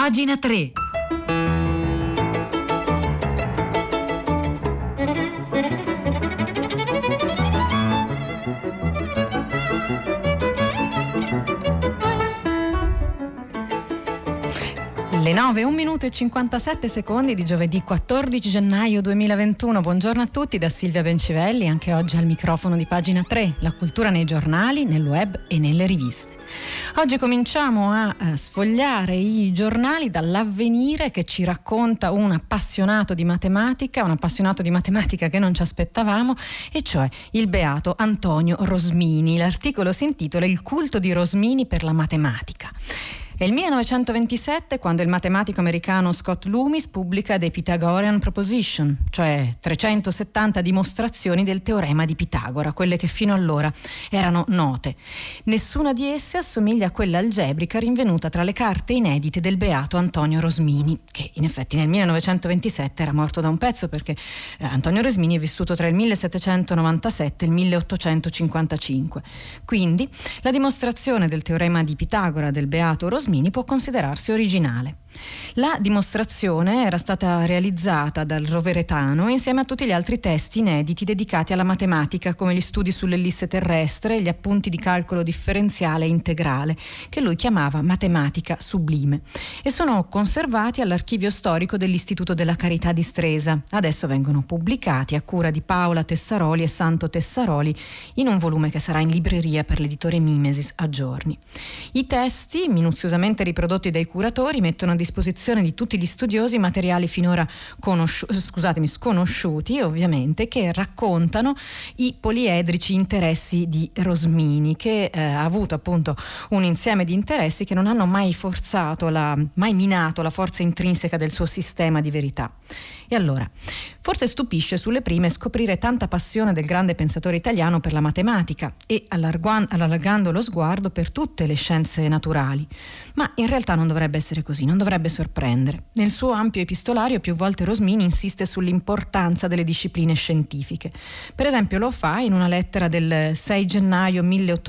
Pagina 3. Le 9, 1 minuto e 57 secondi di giovedì 14 gennaio 2021. Buongiorno a tutti da Silvia Bencivelli, anche oggi al microfono di Pagina 3, la cultura nei giornali, nel web e nelle riviste. Oggi cominciamo a sfogliare i giornali dall'Avvenire, che ci racconta un appassionato di matematica che non ci aspettavamo, e cioè il beato Antonio Rosmini. L'articolo si intitola Il culto di Rosmini per la matematica. È il 1927 quando il matematico americano Scott Loomis pubblica The Pythagorean Proposition, cioè 370 dimostrazioni del teorema di Pitagora, quelle che fino allora erano note. Nessuna di esse assomiglia a quella algebrica rinvenuta tra le carte inedite del beato Antonio Rosmini, che in effetti nel 1927 era morto da un pezzo, perché Antonio Rosmini è vissuto tra il 1797 e il 1855. Quindi la dimostrazione del teorema di Pitagora del beato Rosmini può considerarsi originale. La dimostrazione era stata realizzata dal roveretano insieme a tutti gli altri testi inediti dedicati alla matematica, come gli studi sull'ellisse terrestre e gli appunti di calcolo differenziale e integrale, che lui chiamava matematica sublime, e sono conservati all'archivio storico dell'Istituto della Carità di Stresa. Adesso vengono pubblicati a cura di Paola Tessaroli e Santo Tessaroli in un volume che sarà in libreria per l'editore Mimesis a giorni. I testi, minuziosamente riprodotti dai curatori, mettono a disposizione di tutti gli studiosi materiali finora sconosciuti, ovviamente, che raccontano i poliedrici interessi di Rosmini, che ha avuto appunto un insieme di interessi che non hanno mai minato la forza intrinseca del suo sistema di verità. E allora, forse stupisce sulle prime scoprire tanta passione del grande pensatore italiano per la matematica e allargando lo sguardo per tutte le scienze naturali. Ma in realtà non dovrebbe essere così, non dovrebbe sorprendere. Nel suo ampio epistolario più volte Rosmini insiste sull'importanza delle discipline scientifiche. Per esempio lo fa in una lettera del 6 gennaio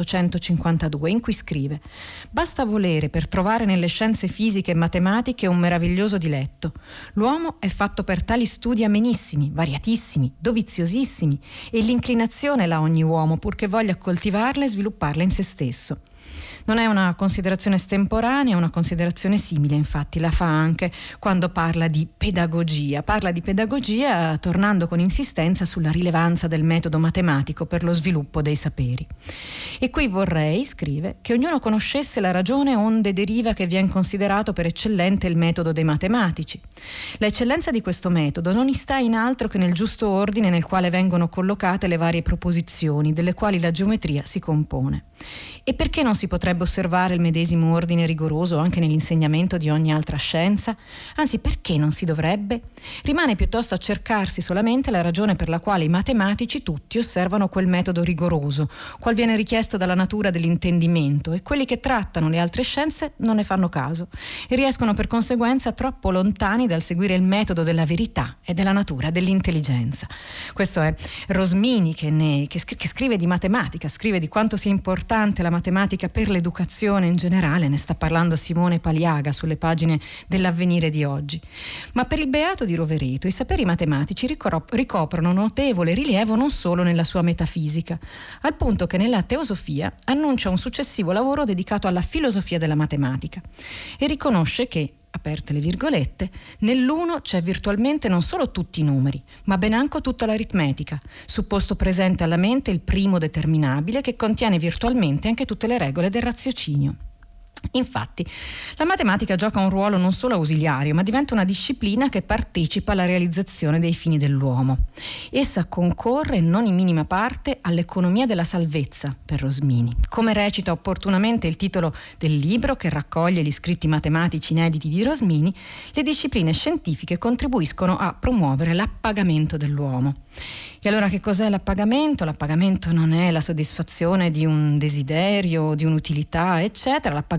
1852 in cui scrive: «Basta volere per trovare nelle scienze fisiche e matematiche un meraviglioso diletto. L'uomo è fatto per tali studi amenissimi, variatissimi, doviziosissimi, e l'inclinazione l'ha ogni uomo, purché voglia coltivarla e svilupparla in se stesso». Non è una considerazione estemporanea, è una considerazione simile, infatti la fa anche quando parla di pedagogia. Parla di pedagogia tornando con insistenza sulla rilevanza del metodo matematico per lo sviluppo dei saperi. E qui vorrei, scrive, che ognuno conoscesse la ragione onde deriva che vien considerato per eccellente il metodo dei matematici. La eccellenza di questo metodo non sta in altro che nel giusto ordine nel quale vengono collocate le varie proposizioni, delle quali la geometria si compone. E perché non si potrebbe osservare il medesimo ordine rigoroso anche nell'insegnamento di ogni altra scienza? Anzi, perché non si dovrebbe? Rimane piuttosto a cercarsi solamente la ragione per la quale i matematici tutti osservano quel metodo rigoroso, qual viene richiesto dalla natura dell'intendimento, e quelli che trattano le altre scienze non ne fanno caso e riescono per conseguenza troppo lontani dal seguire il metodo della verità e della natura dell'intelligenza. Questo è Rosmini che scrive di matematica, scrive di quanto sia importante la matematica per l'educazione in generale. Ne sta parlando Simone Paliaga sulle pagine dell'Avvenire di oggi. Ma per il beato di Rovereto i saperi matematici ricoprono notevole rilievo non solo nella sua metafisica, al punto che nella Teosofia annuncia un successivo lavoro dedicato alla filosofia della matematica e riconosce che, aperte le virgolette, nell'uno c'è virtualmente non solo tutti i numeri, ma ben anche tutta l'aritmetica, supposto presente alla mente il primo determinabile che contiene virtualmente anche tutte le regole del raziocinio. Infatti, la matematica gioca un ruolo non solo ausiliario, ma diventa una disciplina che partecipa alla realizzazione dei fini dell'uomo. Essa concorre non in minima parte all'economia della salvezza per Rosmini. Come recita opportunamente il titolo del libro che raccoglie gli scritti matematici inediti di Rosmini, le discipline scientifiche contribuiscono a promuovere l'appagamento dell'uomo. E allora che cos'è l'appagamento? L'appagamento non è la soddisfazione di un desiderio, di un'utilità, eccetera. L'appagamento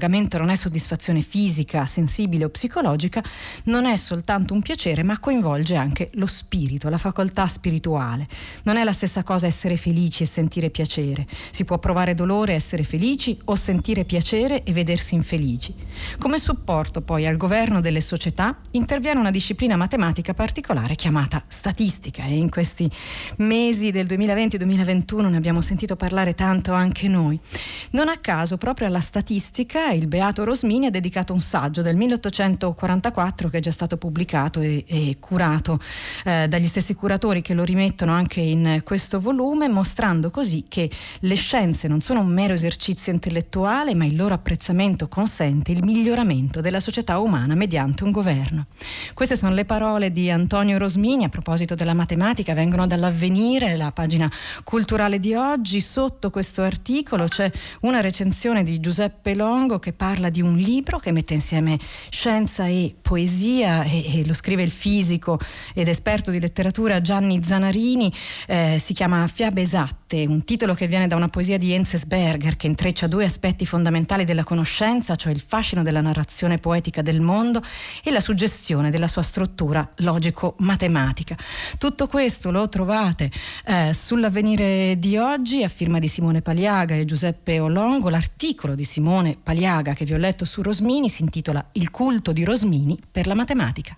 l'attaccamento non è soddisfazione fisica, sensibile o psicologica, non è soltanto un piacere, ma coinvolge anche lo spirito, la facoltà spirituale. Non è la stessa cosa essere felici e sentire piacere. Si può provare dolore e essere felici o sentire piacere e vedersi infelici. Come supporto poi al governo delle società interviene una disciplina matematica particolare chiamata statistica, e in questi mesi del 2020-2021 ne abbiamo sentito parlare tanto anche noi. Non a caso proprio alla statistica il beato Rosmini ha dedicato un saggio del 1844 che è già stato pubblicato e curato dagli stessi curatori che lo rimettono anche in questo volume, mostrando così che le scienze non sono un mero esercizio intellettuale, ma il loro apprezzamento consente il miglioramento della società umana mediante un governo. Queste sono le parole di Antonio Rosmini a proposito della matematica, vengono dall'Avvenire, la pagina culturale di oggi. Sotto questo articolo c'è una recensione di Giuseppe Longo che parla di un libro che mette insieme scienza e poesia, e lo scrive il fisico ed esperto di letteratura Gianni Zanarini. Si chiama Fiabe esatte, un titolo che viene da una poesia di Enzensberger che intreccia due aspetti fondamentali della conoscenza, cioè il fascino della narrazione poetica del mondo e la suggestione della sua struttura logico-matematica. Tutto questo lo trovate sull'Avvenire di oggi a firma di Simone Paliaga e Giuseppe Olongo. L'articolo di Simone Paliaga che vi ho letto su Rosmini si intitola Il culto di Rosmini per la matematica.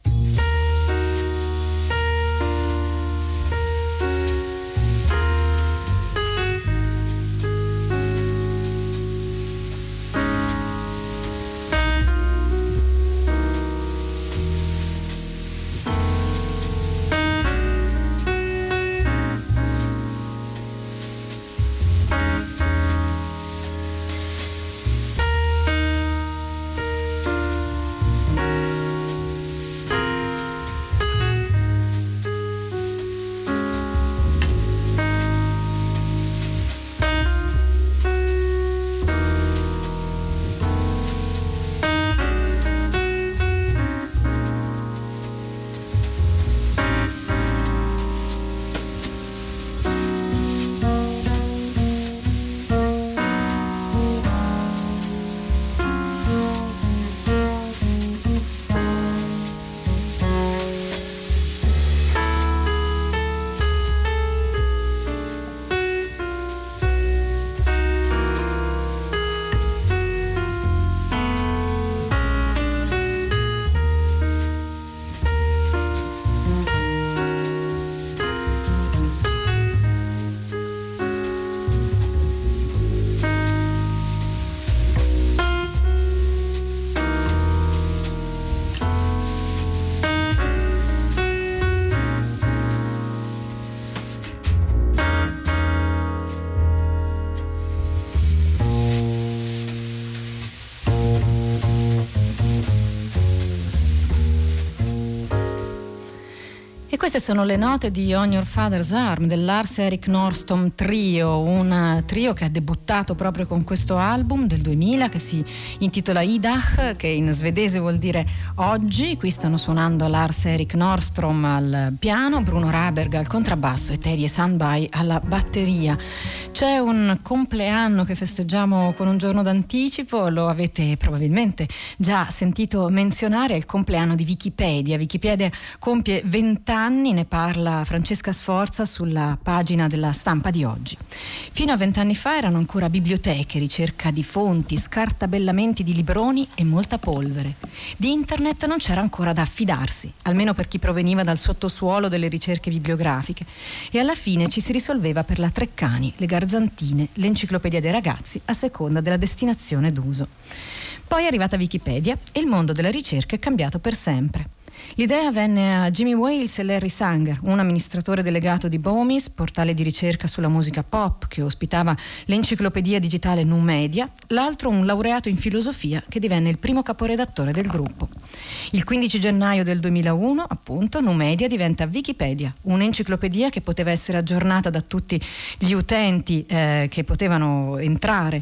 E queste sono le note di On Your Father's Arm del Lars Erik Norström Trio, un trio che ha debuttato proprio con questo album del 2000 che si intitola Idag, che in svedese vuol dire oggi. Qui stanno suonando Lars Erik Norström al piano, Bruno Raberg al contrabbasso e Terje Sandberg alla batteria. C'è un compleanno che festeggiamo con un giorno d'anticipo, lo avete probabilmente già sentito menzionare, è il compleanno di Wikipedia. Wikipedia compie 20 anni, ne parla Francesca Sforza sulla pagina della Stampa di oggi. Fino a 20 anni fa erano ancora biblioteche, ricerca di fonti, scartabellamenti di libroni e molta polvere. Di internet non c'era ancora da affidarsi, almeno per chi proveniva dal sottosuolo delle ricerche bibliografiche, e alla fine ci si risolveva per la Treccani, le Garzantine, l'Enciclopedia dei ragazzi, a seconda della destinazione d'uso. Poi è arrivata Wikipedia e il mondo della ricerca è cambiato per sempre. L'idea venne a Jimmy Wales e Larry Sanger, un amministratore delegato di Bomis, portale di ricerca sulla musica pop che ospitava l'enciclopedia digitale Numedia, l'altro un laureato in filosofia che divenne il primo caporedattore del gruppo. Il 15 gennaio del 2001, appunto, Numedia diventa Wikipedia, un'enciclopedia che poteva essere aggiornata da tutti gli utenti che potevano entrare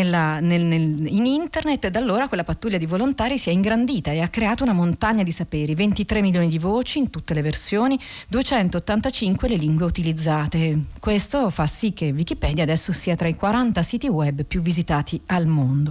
in internet, e da allora quella pattuglia di volontari si è ingrandita e ha creato una montagna di saperi, 23 milioni di voci in tutte le versioni, 285 le lingue utilizzate. Questo fa sì che Wikipedia adesso sia tra i 40 siti web più visitati al mondo.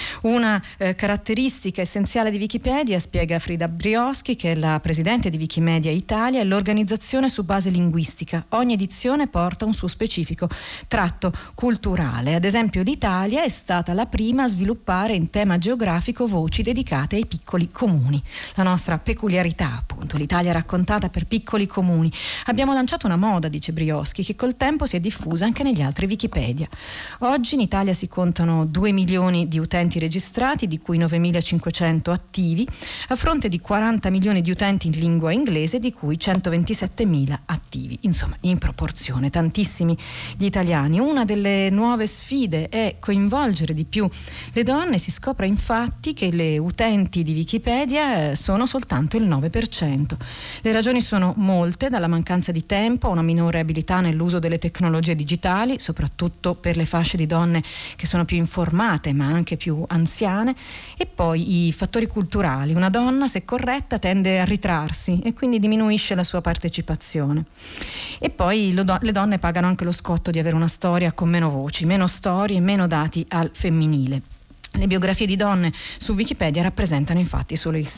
Una caratteristica essenziale di Wikipedia, spiega Frida Brioschi, che è la presidente di Wikimedia Italia, è l'organizzazione su base linguistica. Ogni edizione porta un suo specifico tratto culturale. Ad esempio, l'Italia è stata la prima a sviluppare in tema geografico voci dedicate ai piccoli comuni. La nostra peculiarità, appunto, l'Italia raccontata per piccoli comuni. Abbiamo lanciato una moda, dice Brioschi, che col tempo si è diffusa anche negli altri Wikipedia. Oggi in Italia si contano 2 milioni di utenti registrati, di cui 9.500 attivi, a fronte di 40 milioni di utenti in lingua inglese, di cui 127.000 attivi. Insomma, in proporzione, tantissimi gli italiani. Una delle nuove sfide è coinvolgere di più le donne. Si scopre infatti che le utenti di Wikipedia sono soltanto il 9%. Le ragioni sono molte, dalla mancanza di tempo a una minore abilità nell'uso delle tecnologie digitali, soprattutto per le fasce di donne che sono più informate ma anche più anziane, e poi i fattori culturali. Una donna, se corretta, tende a ritrarsi e quindi diminuisce la sua partecipazione. E poi le donne pagano anche lo scotto di avere una storia con meno voci, meno storie, meno dati al femminile. Le biografie di donne su Wikipedia rappresentano infatti solo il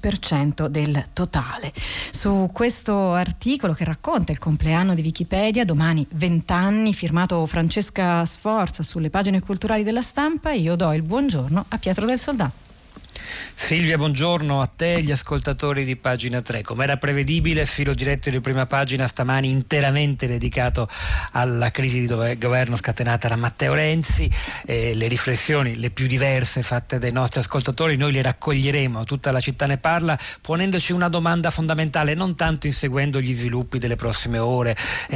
16% del totale. Su questo articolo che racconta il compleanno di Wikipedia, domani 20 anni, firmato Francesca Sforza sulle pagine culturali della Stampa, io do il buongiorno a Pietro del Soldà. Silvia, buongiorno a te e agli ascoltatori di Pagina 3. Come era prevedibile, filo diretto di Prima Pagina stamani interamente dedicato alla crisi di governo scatenata da Matteo Renzi. Le riflessioni, le più diverse fatte dai nostri ascoltatori, noi le raccoglieremo, tutta la città ne parla, ponendoci una domanda fondamentale, non tanto inseguendo gli sviluppi delle prossime ore,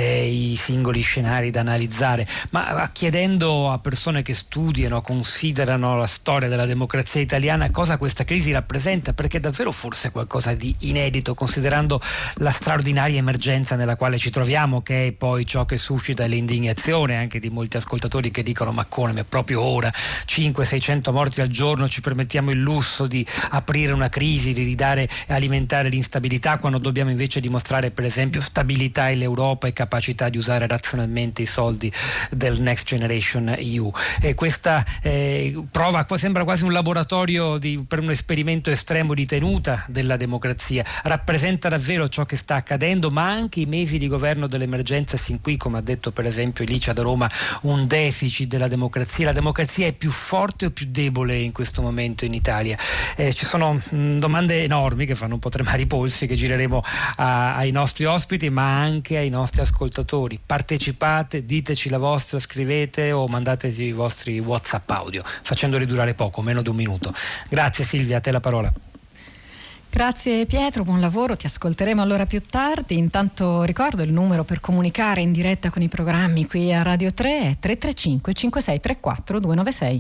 i singoli scenari da analizzare, ma chiedendo a persone che studiano, considerano la storia della democrazia italiana cosa questa crisi rappresenta, perché è davvero forse qualcosa di inedito, considerando la straordinaria emergenza nella quale ci troviamo, che è poi ciò che suscita l'indignazione anche di molti ascoltatori che dicono: ma come, proprio ora 500-600 morti al giorno ci permettiamo il lusso di aprire una crisi, di ridare e alimentare l'instabilità, quando dobbiamo invece dimostrare per esempio stabilità in Europa e capacità di usare razionalmente i soldi del Next Generation EU. E questa prova sembra quasi un laboratorio per un esperimento estremo di tenuta della democrazia. Rappresenta davvero ciò che sta accadendo, ma anche i mesi di governo dell'emergenza sin qui, come ha detto per esempio Elicia da Roma, un deficit della democrazia. La democrazia è più forte o più debole in questo momento in Italia? Ci sono domande enormi che fanno un po' tremare i polsi, che gireremo ai nostri ospiti ma anche ai nostri ascoltatori. Partecipate, diteci la vostra, scrivete o mandateci i vostri WhatsApp audio, facendoli durare poco, meno di un minuto. Grazie Silvia, a te la parola. Grazie Pietro, buon lavoro, ti ascolteremo allora più tardi. Intanto ricordo il numero per comunicare in diretta con i programmi qui a Radio 3 è 335 5634 296.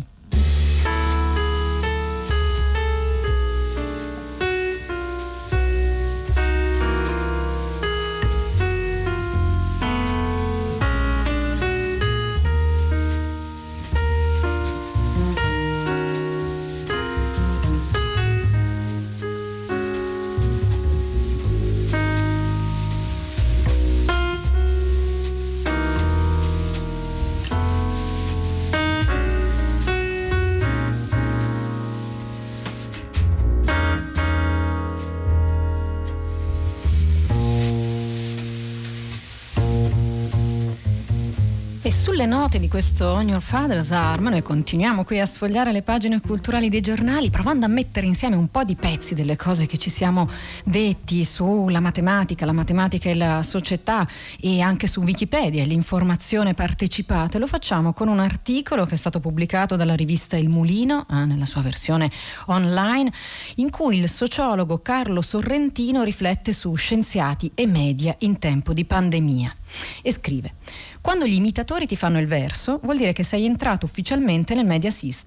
E sulle note di questo On Your Father's Arm noi continuiamo qui a sfogliare le pagine culturali dei giornali, provando a mettere insieme un po' di pezzi delle cose che ci siamo detti sulla matematica, la matematica e la società, e anche su Wikipedia e l'informazione partecipata. Lo facciamo con un articolo che è stato pubblicato dalla rivista Il Mulino, nella sua versione online, in cui il sociologo Carlo Sorrentino riflette su scienziati e media in tempo di pandemia e scrive: quando gli imitatori ti fanno il verso, vuol dire che sei entrato ufficialmente nel media system.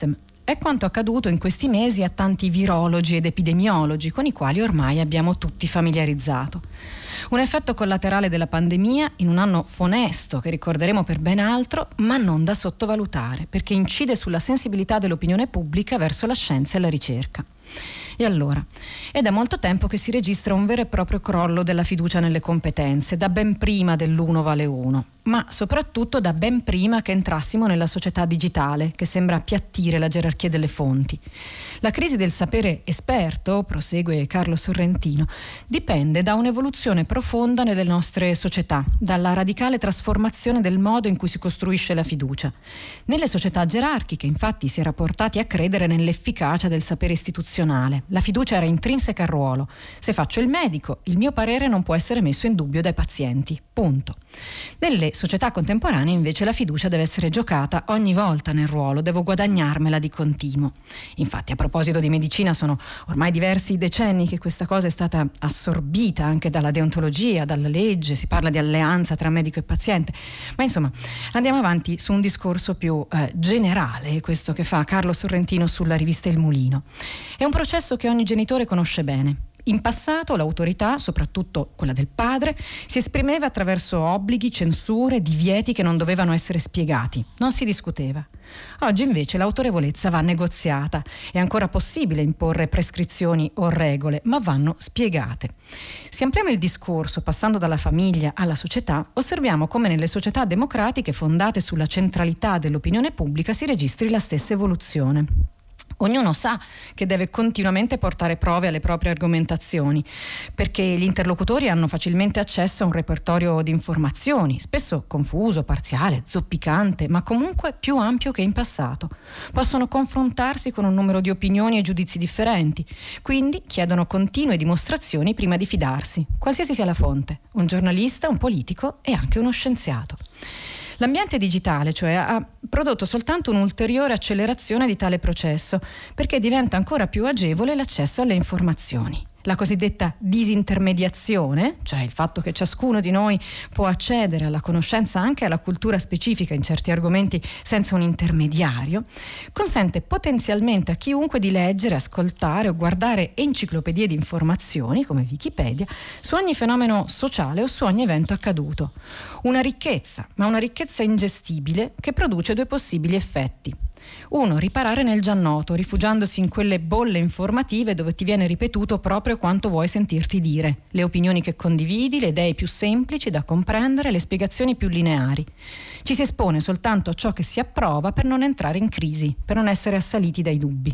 è quanto accaduto in questi mesi a tanti virologi ed epidemiologi con i quali ormai abbiamo tutti familiarizzato. Un effetto collaterale della pandemia in un anno funesto che ricorderemo per ben altro, ma non da sottovalutare, perché incide sulla sensibilità dell'opinione pubblica verso la scienza e la ricerca. E allora, è da molto tempo che si registra un vero e proprio crollo della fiducia nelle competenze, da ben prima dell'1 vale 1, ma soprattutto da ben prima che entrassimo nella società digitale, che sembra appiattire la gerarchia delle fonti. La crisi del sapere esperto, prosegue Carlo Sorrentino, dipende da un'evoluzione profonda nelle nostre società, dalla radicale trasformazione del modo in cui si costruisce la fiducia. Nelle società gerarchiche, infatti, si era portati a credere nell'efficacia del sapere istituzionale. La fiducia era intrinseca al ruolo. Se faccio il medico, il mio parere non può essere messo in dubbio dai pazienti. Punto. Nelle società contemporanee, invece, la fiducia deve essere giocata ogni volta nel ruolo, devo guadagnarmela di continuo. Infatti, a proposito di medicina, sono ormai diversi decenni che questa cosa è stata assorbita anche dalla deontologia, dalla legge, si parla di alleanza tra medico e paziente, ma insomma andiamo avanti su un discorso più generale, questo che fa Carlo Sorrentino sulla rivista Il Mulino. È un processo che ogni genitore conosce bene. In passato l'autorità, soprattutto quella del padre, si esprimeva attraverso obblighi, censure, divieti che non dovevano essere spiegati, non si discuteva. Oggi invece l'autorevolezza va negoziata, è ancora possibile imporre prescrizioni o regole, ma vanno spiegate. Se ampliamo il discorso passando dalla famiglia alla società, osserviamo come nelle società democratiche fondate sulla centralità dell'opinione pubblica si registri la stessa evoluzione. Ognuno sa che deve continuamente portare prove alle proprie argomentazioni, perché gli interlocutori hanno facilmente accesso a un repertorio di informazioni, spesso confuso, parziale, zoppicante, ma comunque più ampio che in passato. Possono confrontarsi con un numero di opinioni e giudizi differenti, quindi chiedono continue dimostrazioni prima di fidarsi, qualsiasi sia la fonte, un giornalista, un politico e anche uno scienziato. L'ambiente digitale, cioè, ha prodotto soltanto un'ulteriore accelerazione di tale processo, perché diventa ancora più agevole l'accesso alle informazioni. La cosiddetta disintermediazione, cioè il fatto che ciascuno di noi può accedere alla conoscenza anche alla cultura specifica in certi argomenti senza un intermediario, consente potenzialmente a chiunque di leggere, ascoltare o guardare enciclopedie di informazioni come Wikipedia su ogni fenomeno sociale o su ogni evento accaduto. Una ricchezza, ma una ricchezza ingestibile che produce due possibili effetti. Uno, riparare nel già noto, rifugiandosi in quelle bolle informative dove ti viene ripetuto proprio quanto vuoi sentirti dire, le opinioni che condividi, le idee più semplici da comprendere, le spiegazioni più lineari. Ci si espone soltanto a ciò che si approva per non entrare in crisi, per non essere assaliti dai dubbi.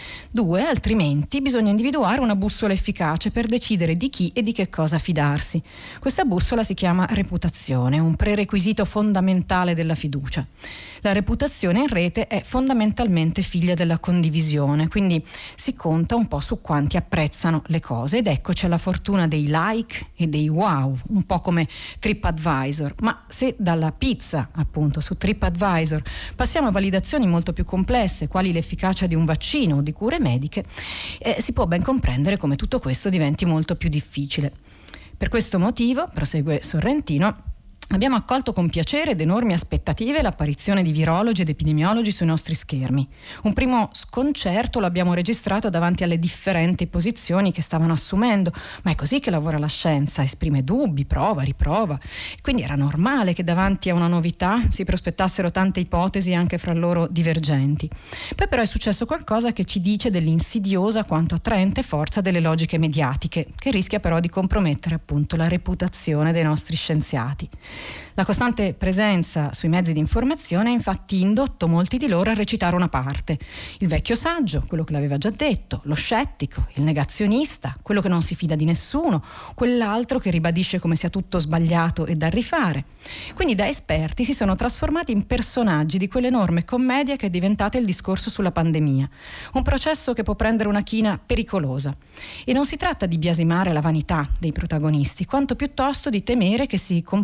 2, altrimenti bisogna individuare una bussola efficace per decidere di chi e di che cosa fidarsi. Questa bussola si chiama reputazione, un prerequisito fondamentale della fiducia. La reputazione in rete è fondamentalmente figlia della condivisione, quindi si conta un po' su quanti apprezzano le cose, ed eccoci alla fortuna dei like e dei wow, un po' come TripAdvisor. Ma se dalla pizza, appunto, su TripAdvisor passiamo a validazioni molto più complesse, quali l'efficacia di un vaccino o di cure mediche, si può ben comprendere come tutto questo diventi molto più difficile. Per questo motivo, prosegue Sorrentino, abbiamo accolto con piacere ed enormi aspettative l'apparizione di virologi ed epidemiologi sui nostri schermi. Un primo sconcerto lo abbiamo registrato davanti alle differenti posizioni che stavano assumendo, ma è così che lavora la scienza, esprime dubbi, prova, riprova. Quindi era normale che davanti a una novità si prospettassero tante ipotesi anche fra loro divergenti. Poi però è successo qualcosa che ci dice dell'insidiosa quanto attraente forza delle logiche mediatiche, che rischia però di compromettere appunto la reputazione dei nostri scienziati. La costante presenza sui mezzi di informazione ha infatti indotto molti di loro a recitare una parte. Il vecchio saggio, quello che l'aveva già detto, lo scettico, il negazionista, quello che non si fida di nessuno, quell'altro che ribadisce come sia tutto sbagliato e da rifare. Quindi da esperti si sono trasformati in personaggi di quell'enorme commedia che è diventata il discorso sulla pandemia. Un processo che può prendere una china pericolosa. E non si tratta di biasimare la vanità dei protagonisti, quanto piuttosto di temere che si comprometta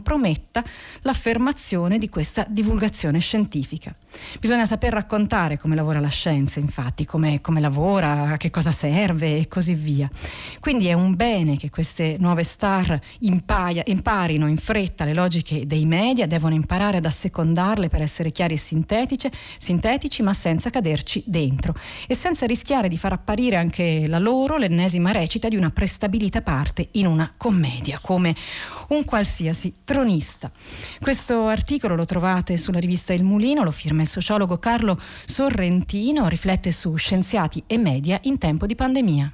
accetta l'affermazione di questa divulgazione scientifica. Bisogna saper raccontare come lavora la scienza, infatti, come lavora, a che cosa serve e così via. Quindi è un bene che queste nuove star imparino in fretta le logiche dei media, devono imparare ad assecondarle per essere chiari e sintetici, ma senza caderci dentro e senza rischiare di far apparire anche la loro l'ennesima recita di una prestabilita parte in una commedia, come un qualsiasi tronista. Questo articolo lo trovate sulla rivista Il Mulino, lo firma il sociologo Carlo Sorrentino, riflette su scienziati e media in tempo di pandemia.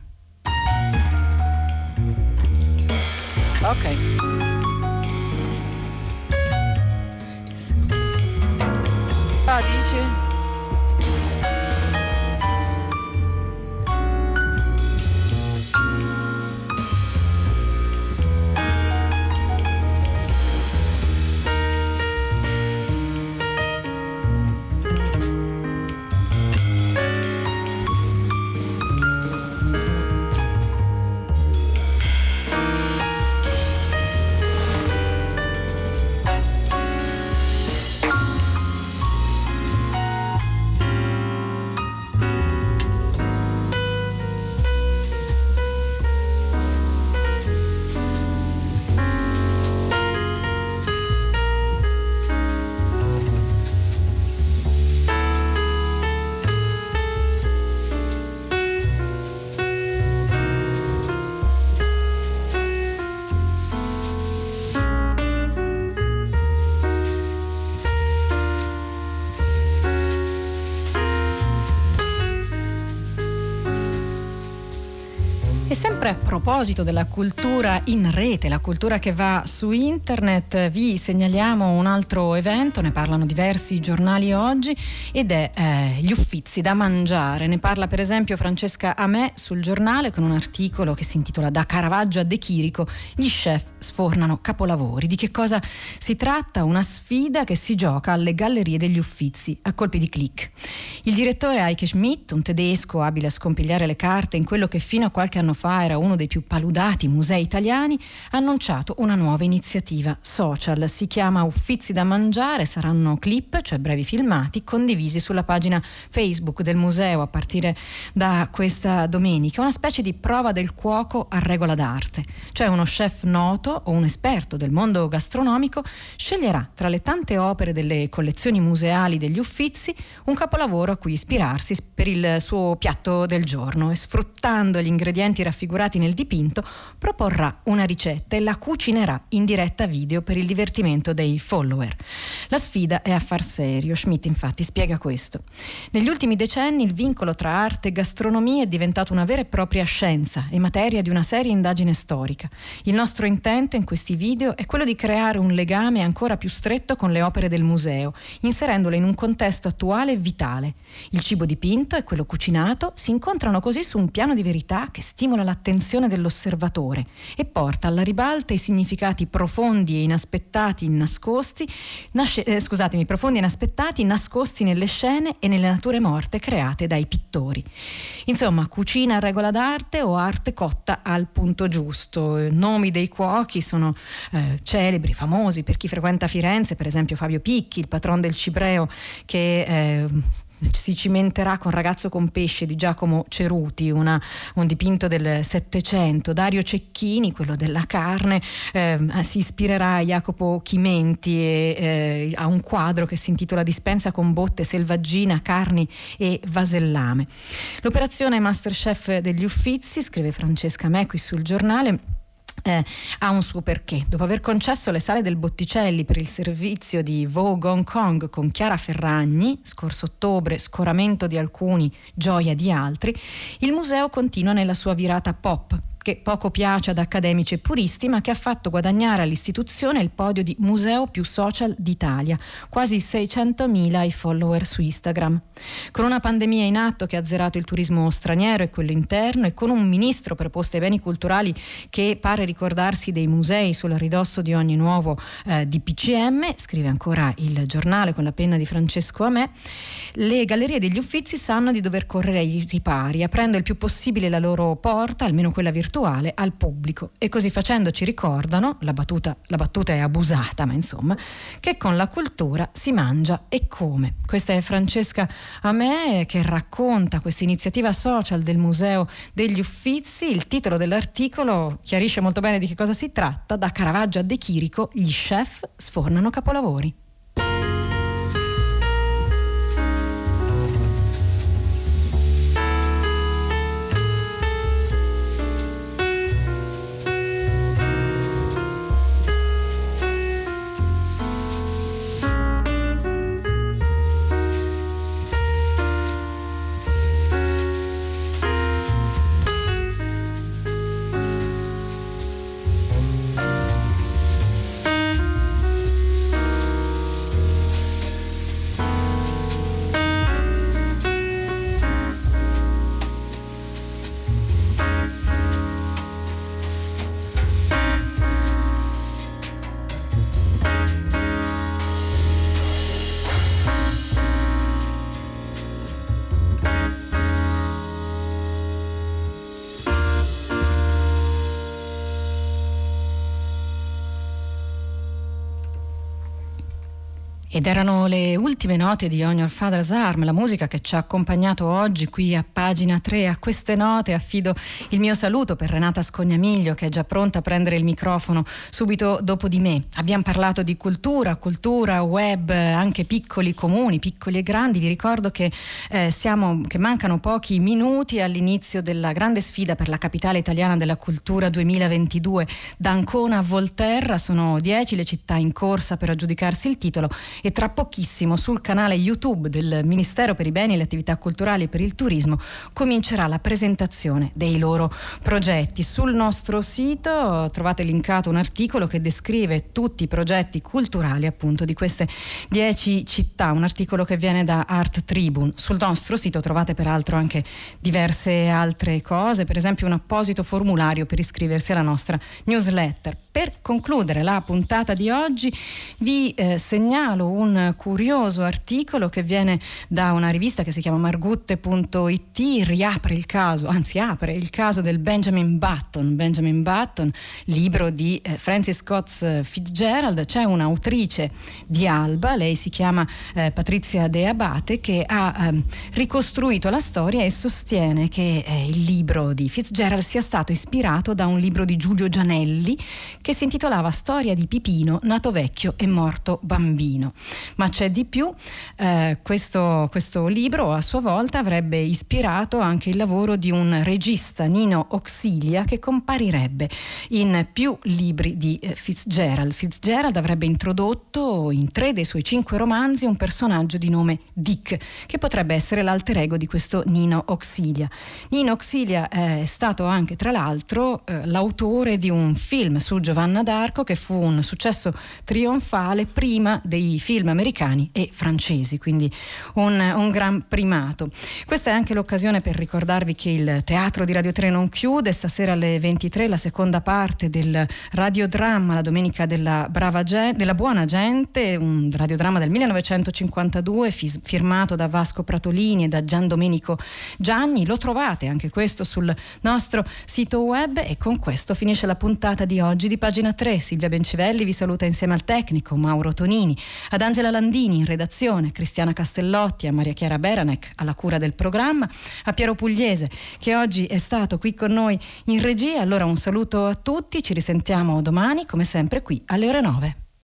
Ok. Ah, dici? E sempre a proposito della cultura in rete, la cultura che va su internet, vi segnaliamo un altro evento, ne parlano diversi giornali oggi, ed è gli Uffizi da mangiare. Ne parla per esempio Francesca Amè sul Giornale con un articolo che si intitola Da Caravaggio a De Chirico, gli chef sfornano capolavori. Di che cosa si tratta? Una sfida che si gioca alle gallerie degli Uffizi a colpi di click. Il direttore Heike Schmidt, un tedesco abile a scompigliare le carte in quello che fino a qualche anno fa era uno dei più paludati musei italiani, ha annunciato una nuova iniziativa social. Si chiama Uffizi da mangiare, saranno clip, cioè brevi filmati, condivisi sulla pagina Facebook del museo a partire da questa domenica. Una specie di prova del cuoco a regola d'arte, cioè uno chef noto o un esperto del mondo gastronomico sceglierà tra le tante opere delle collezioni museali degli Uffizi un capolavoro a cui ispirarsi per il suo piatto del giorno e, sfruttando gli ingredienti raffigurati nel dipinto, proporrà una ricetta e la cucinerà in diretta video per il divertimento dei follower. La sfida è affar serio. Schmidt infatti spiega questo. Negli ultimi decenni il vincolo tra arte e gastronomia è diventato una vera e propria scienza e materia di una seria indagine storica. Il nostro intento in questi video è quello di creare un legame ancora più stretto con le opere del museo, inserendole in un contesto attuale e vitale. Il cibo dipinto e quello cucinato si incontrano così su un piano di verità che stimola l'attenzione dell'osservatore e porta alla ribalta i significati profondi e inaspettati nascosti nelle scene e nelle nature morte create dai pittori. Insomma, cucina a regola d'arte o arte cotta al punto giusto. Nomi dei cuochi sono celebri, famosi per chi frequenta Firenze, per esempio Fabio Picchi, il patron del cibreo, che si cimenterà con Ragazzo con pesce di Giacomo Ceruti, un dipinto del Settecento. Dario Cecchini, quello della carne, si ispirerà a Jacopo Chimenti e a un quadro che si intitola Dispensa con botte, selvaggina, carni e vasellame. L'operazione Masterchef degli Uffizi, scrive Francesca Amè qui sul Giornale, ha un suo perché. Dopo aver concesso le sale del Botticelli per il servizio di Vogue Hong Kong con Chiara Ferragni, scorso ottobre, scoramento di alcuni, gioia di altri, il museo continua nella sua virata pop, che poco piace ad accademici e puristi, ma che ha fatto guadagnare all'istituzione il podio di museo più social d'Italia, quasi 600.000 i follower su Instagram. Con una pandemia in atto che ha azzerato il turismo straniero e quello interno, e con un ministro preposto ai beni culturali che pare ricordarsi dei musei sul ridosso di ogni nuovo DPCM, scrive ancora il Giornale con la penna di Francesco Amè, le gallerie degli Uffizi sanno di dover correre ai ripari, aprendo il più possibile la loro porta, almeno quella virtuale, virtuale al pubblico, e così facendo ci ricordano, la battuta è abusata, ma insomma, che con la cultura si mangia e come. Questa è Francesca Amè che racconta questa iniziativa social del Museo degli Uffizi. Il titolo dell'articolo chiarisce molto bene di che cosa si tratta: da Caravaggio a De Chirico gli chef sfornano capolavori. Ed erano le ultime note di On Your Father's Arm, la musica che ci ha accompagnato oggi qui a Pagina 3. A queste note affido il mio saluto per Renata Scognamiglio, che è già pronta a prendere il microfono subito dopo di me. Abbiamo parlato di cultura, web, anche piccoli comuni, piccoli e grandi. Vi ricordo che mancano pochi minuti all'inizio della grande sfida per la capitale italiana della cultura 2022. Da Ancona a Volterra sono 10 le città in corsa per aggiudicarsi il titolo, e tra pochissimo sul canale YouTube del Ministero per i Beni e le Attività Culturali e per il Turismo comincerà la presentazione dei loro progetti. Sul nostro sito trovate linkato un articolo che descrive tutti i progetti culturali appunto di queste 10 città, un articolo che viene da Art Tribune. Sul nostro sito trovate peraltro anche diverse altre cose, per esempio un apposito formulario per iscriversi alla nostra newsletter. Per concludere la puntata di oggi vi segnalo un curioso articolo che viene da una rivista che si chiama Margutte.it, apre il caso del Benjamin Button, libro di Francis Scott Fitzgerald. C'è un'autrice di Alba, lei si chiama Patrizia De Abate, che ha ricostruito la storia e sostiene che il libro di Fitzgerald sia stato ispirato da un libro di Giulio Gianelli che si intitolava Storia di Pipino, nato vecchio e morto bambino. Ma c'è di più, questo libro a sua volta avrebbe ispirato anche il lavoro di un regista, Nino Auxilia, che comparirebbe in più libri di Fitzgerald. Fitzgerald avrebbe introdotto in 3 dei suoi 5 romanzi un personaggio di nome Dick, che potrebbe essere l'alter ego di questo Nino Auxilia. Nino Auxilia è stato anche, tra l'altro, l'autore di un film su Giovanna d'Arco che fu un successo trionfale prima dei film americani e francesi, quindi un gran primato. Questa è anche l'occasione per ricordarvi che il Teatro di Radio 3 non chiude. Stasera alle 23 la seconda parte del radiodramma La Domenica della Buona Gente, un radiodramma del 1952 firmato da Vasco Pratolini e da Gian Domenico Gianni. Lo trovate anche questo sul nostro sito web. E con questo finisce la puntata di oggi di Pagina 3. Silvia Bencivelli vi saluta insieme al tecnico Mauro Tonini, ad Angela Landini in redazione, Cristiana Castellotti, a Maria Chiara Beranec alla cura del programma, a Piero Pugliese che oggi è stato qui con noi in regia. Allora un saluto a tutti, ci risentiamo domani come sempre qui alle ore 9.